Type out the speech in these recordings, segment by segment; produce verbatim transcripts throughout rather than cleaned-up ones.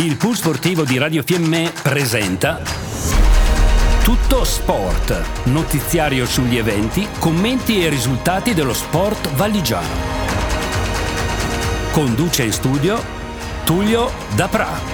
Il Pool Sportivo di Radio Fiemme presenta Tutto Sport, notiziario sugli eventi, commenti e risultati dello sport valligiano. Conduce in studio Tullio Dapra.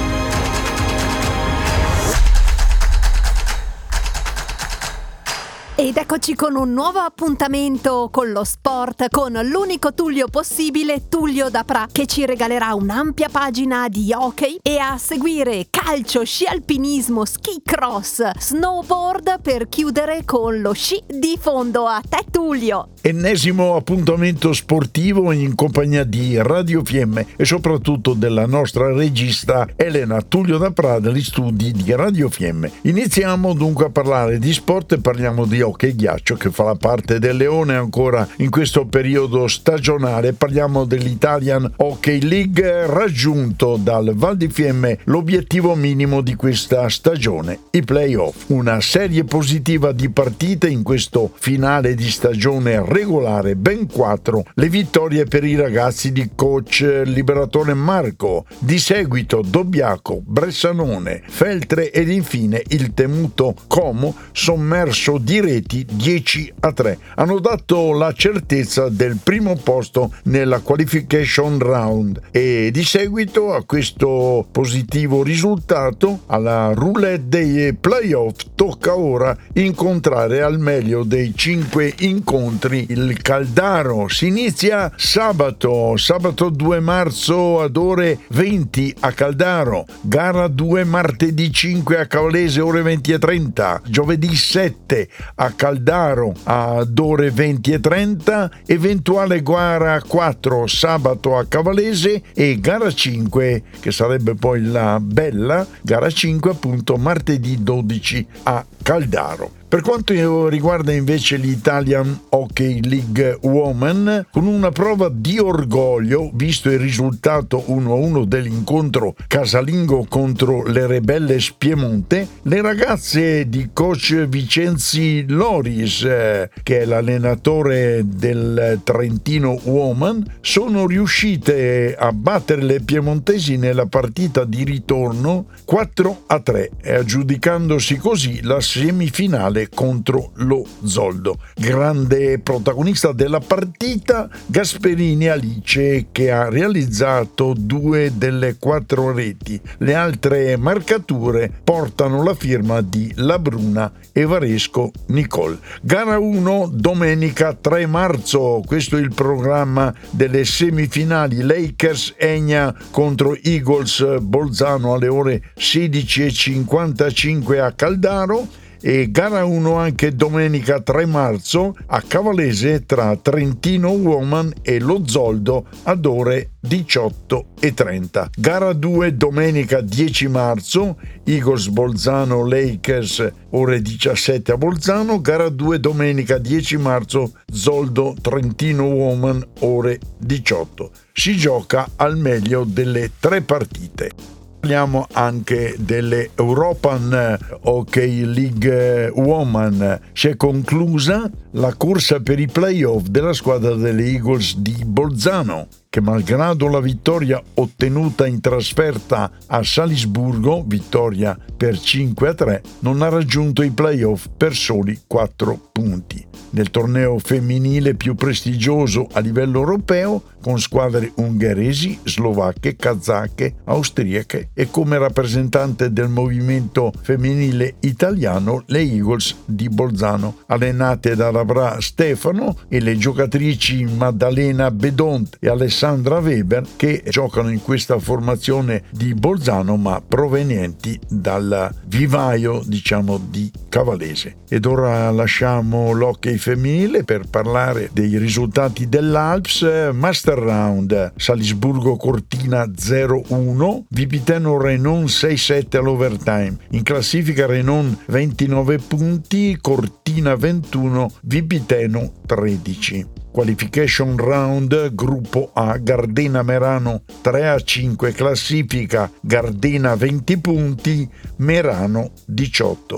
Ed eccoci con un nuovo appuntamento con lo sport, con l'unico Tullio possibile, Tullio Dapra, che ci regalerà un'ampia pagina di hockey e a seguire calcio, sci alpinismo, ski cross, snowboard per chiudere con lo sci di fondo. A te Tullio! Ennesimo appuntamento sportivo in compagnia di Radio Fiemme e soprattutto della nostra regista Elena Tullio Dapra degli studi di Radio Fiemme. Iniziamo dunque a parlare di sport e parliamo di hockey ghiaccio che fa la parte del leone ancora in questo periodo stagionale. Parliamo dell'Italian Hockey League, raggiunto dal Val di Fiemme l'obiettivo minimo di questa stagione, i playoff. Una serie positiva di partite in questo finale di stagione regolare, ben quattro le vittorie per i ragazzi di coach Liberatore Marco, di seguito Dobbiaco, Bressanone, Feltre ed infine il temuto Como, sommerso di reti dieci a tre. Hanno dato la certezza del primo posto nella qualification round e di seguito a questo positivo risultato, alla roulette dei playoff, tocca ora incontrare al meglio dei cinque incontri il Caldaro. Si inizia sabato, sabato due marzo ad ore venti a Caldaro, gara due martedì cinque a Cavalese ore venti e trenta, giovedì sette a Caldaro ad ore venti e trenta, eventuale gara quattro sabato a Cavalese e gara cinque, che sarebbe poi la bella, gara cinque appunto martedì dodici a Caldaro. Per quanto riguarda invece l'Italian Hockey League Women, con una prova di orgoglio, visto il risultato uno a uno dell'incontro casalingo contro le Rebelles Piemonte, le ragazze di coach Vincenzi Loris, eh, che è l'allenatore del Trentino Woman, sono riuscite a battere le piemontesi nella partita di ritorno quattro a tre, aggiudicandosi così la semifinale contro lo Zoldo. Grande protagonista della partita Gasperini Alice, che ha realizzato due delle quattro reti. Le altre marcature portano la firma di Labruna e Varesco Nicole. Gara uno domenica tre marzo, questo è il programma delle semifinali. Lakers Egna contro Eagles Bolzano alle ore sedici e cinquantacinque a Caldaro. E gara uno anche domenica tre marzo a Cavalese tra Trentino Woman e lo Zoldo ad ore diciotto e trenta. Gara due domenica dieci marzo, Eagles Bolzano Lakers ore diciassette a Bolzano. Gara due domenica dieci marzo, Zoldo Trentino Woman ore diciotto. Si gioca al meglio delle tre partite. Parliamo anche delle European Hockey League Women. Si è conclusa la corsa per i playoff della squadra delle Eagles di Bolzano, che malgrado la vittoria ottenuta in trasferta a Salisburgo, vittoria per cinque a tre, non ha raggiunto i playoff per soli quattro punti. Nel torneo femminile più prestigioso a livello europeo, con squadre ungheresi, slovacche, kazake, austriache e come rappresentante del movimento femminile italiano le Eagles di Bolzano, allenate da Rabra Stefano e le giocatrici Maddalena Bedont e Alessandra Weber, che giocano in questa formazione di Bolzano ma provenienti dal vivaio, diciamo, di Cavalese. Ed ora lasciamo l'hockey femminile per parlare dei risultati dell'Alps. Master Round, Salisburgo Cortina zero uno, Vipiteno Renon sei sette all'overtime. In classifica Renon ventinove punti, Cortina ventuno, Vipiteno tredici. Qualification round gruppo A, Gardena Merano tre a cinque, classifica Gardena venti punti, Merano diciotto.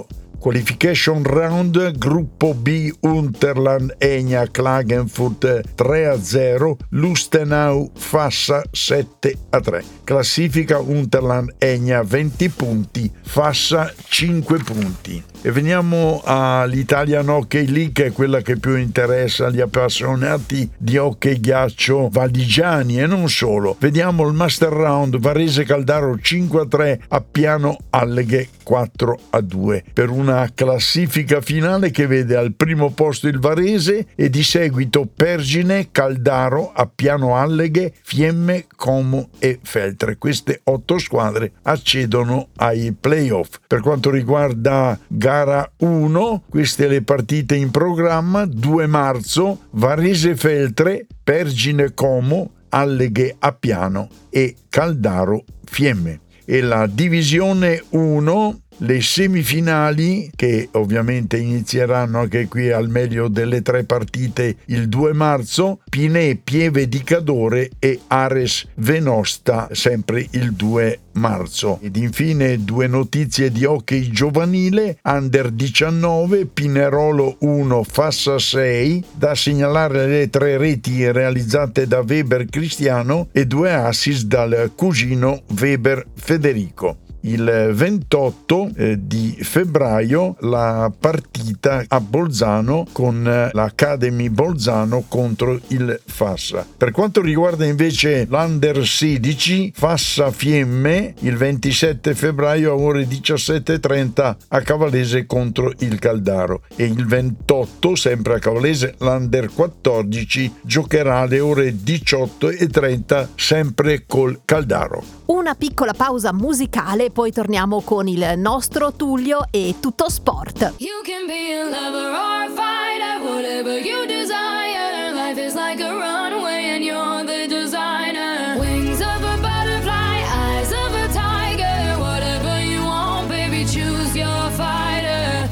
Qualification round, gruppo B, Unterland Egna Klagenfurt tre a zero, Lustenau Fassa sette a tre. Classifica Unterland Egna venti punti, Fassa cinque punti. E veniamo all'Italian Hockey League, che è quella che più interessa gli appassionati di hockey ghiaccio valigiani e non solo. Vediamo il Master Round, Varese Caldaro cinque a tre, Appiano Alleghe quattro a due, per una classifica finale che vede al primo posto il Varese e di seguito Pergine, Caldaro, Appiano Alleghe, Fiemme, Como e Feltre. Queste otto squadre accedono ai playoff. Per quanto riguarda gara uno, queste le partite in programma: due marzo, Varese Feltre, Pergine Como, Alleghe Appiano e Caldaro Fiemme. E la divisione uno, le semifinali, che ovviamente inizieranno anche qui al meglio delle tre partite il due marzo, Pinè Pieve di Cadore e Ares Venosta sempre il due marzo. Ed infine due notizie di hockey giovanile: under diciannove, Pinerolo uno Fassa sei, da segnalare le tre reti realizzate da Weber Cristiano e due assist dal cugino Weber Federico. Il ventotto di febbraio la partita a Bolzano con l'Academy Bolzano contro il Fassa. Per quanto riguarda invece l'Under sedici, Fassa Fiemme, il ventisette febbraio a ore diciassette e trenta a Cavallese contro il Caldaro, e il ventotto sempre a Cavallese l'Under quattordici giocherà alle ore diciotto e trenta sempre col Caldaro. Una piccola pausa musicale, poi torniamo con il nostro Tullio e Tutto Sport. You can be a lover or a fighter, whatever you desire. Life is like a runway and you're the designer. Wings of a butterfly, eyes of a tiger. Whatever you want, baby, choose your fighter.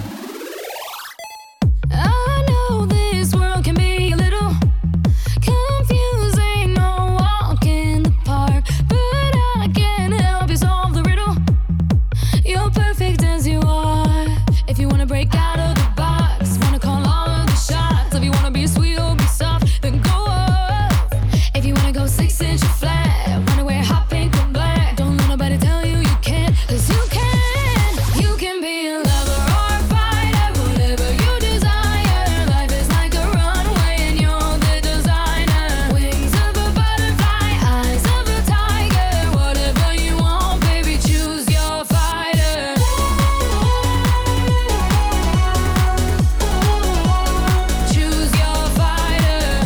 I know this world can be a little confusing, no walk in the park, but I can help you solve the riddle. You're perfect as you are. If you wanna break out of the box, wanna call all of the shots. If you wanna be sweet or be soft, then go off. If you wanna go six inch flat, wanna wear hot pink or black, don't let nobody tell you you can't, 'cause you can. You can be a lover or a fighter, whatever you desire. Life is like a runway and you're the designer. Wings of a butterfly, eyes of a tiger. Whatever you want, baby, choose your fighter. Choose your fighter.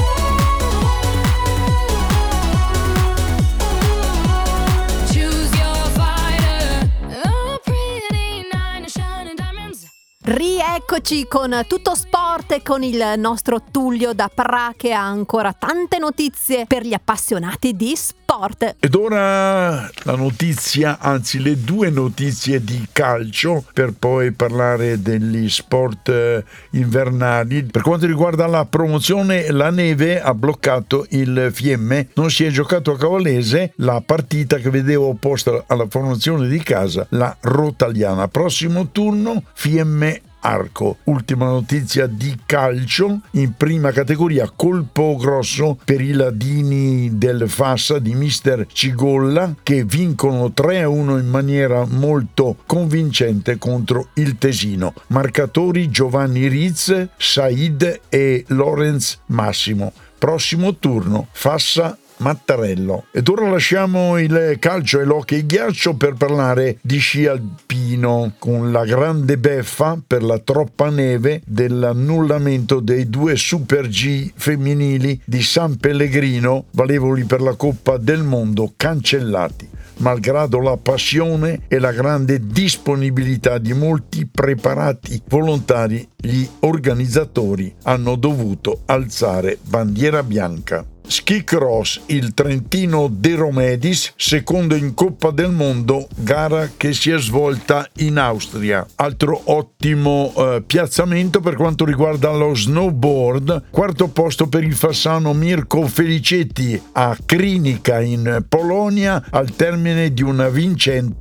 Choose your fighter. A pretty nine shining diamonds. Rieccoci con Tutto Sport e con il nostro Tullio da Pra, che ha ancora tante notizie per gli appassionati di sport. Ed ora la notizia, anzi le due notizie di calcio, per poi parlare degli sport eh, invernali. Per quanto riguarda la promozione, la neve ha bloccato il Fiemme, non si è giocato a Cavallese la partita che vedevo opposta alla formazione di casa, la Rotagliana. Prossimo turno Fiemme Arco. Ultima notizia di calcio: in prima categoria colpo grosso per i ladini del Fassa di mister Cigolla, che vincono tre a uno in maniera molto convincente contro il Tesino. Marcatori Giovanni Riz, Said e Lorenz Massimo. Prossimo turno Fassa Mattarello. Ed ora lasciamo il calcio e l'hockey ghiaccio per parlare di sci alpino, con la grande beffa per la troppa neve dell'annullamento dei due Super G femminili di San Pellegrino, valevoli per la Coppa del Mondo, cancellati. Malgrado la passione e la grande disponibilità di molti preparati volontari, gli organizzatori hanno dovuto alzare bandiera bianca. Ski cross, il Trentino De Romedis, secondo in Coppa del Mondo, gara che si è svolta in Austria. Altro ottimo eh, piazzamento per quanto riguarda lo snowboard, quarto posto per il fassano Mirko Felicetti a Krynica in Polonia, al termine di una vincente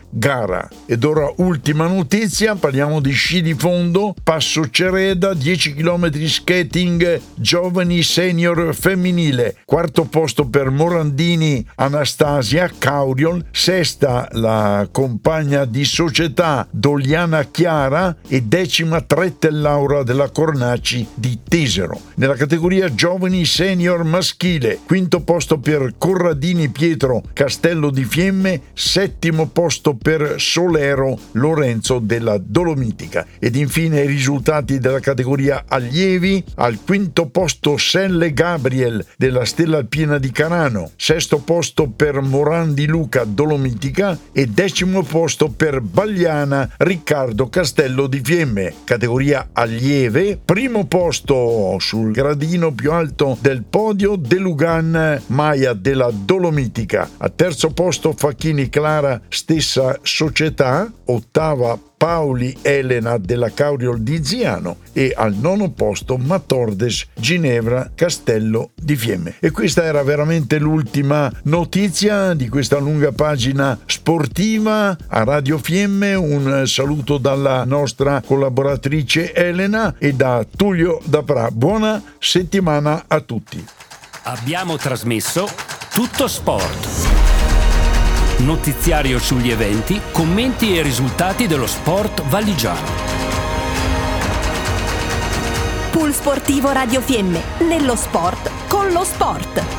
gara. Ed ora ultima notizia, parliamo di sci di fondo, Passo Cereda, dieci chilometri skating giovani senior femminile, quarto posto per Morandini Anastasia Cauriol, sesta la compagna di società Doliana Chiara e decima Trette Laura della Cornaci di Tesero. Nella categoria giovani senior maschile, quinto posto per Corradini Pietro Castello di Fiemme, settimo posto per Solero Lorenzo della Dolomitica. Ed infine i risultati della categoria allievi: al quinto posto Selle Gabriel della Stella Alpina di Carano, sesto posto per Morandi Luca Dolomitica e decimo posto per Bagliana Riccardo Castello di Fiemme. Categoria allieve, primo posto sul gradino più alto del podio De Lugan Maia della Dolomitica, a terzo posto Facchini Clara stessa società, ottava Paoli Elena della Cauriol di Ziano e al nono posto Matordes Ginevra Castello di Fiemme. E questa era veramente l'ultima notizia di questa lunga pagina sportiva a Radio Fiemme. Un saluto dalla nostra collaboratrice Elena e da Tullio Dapra. Buona settimana a tutti. Abbiamo trasmesso Tutto Sport. Notiziario sugli eventi, commenti e risultati dello sport valigiano. Pool sportivo Radio Fiemme, nello sport con lo sport.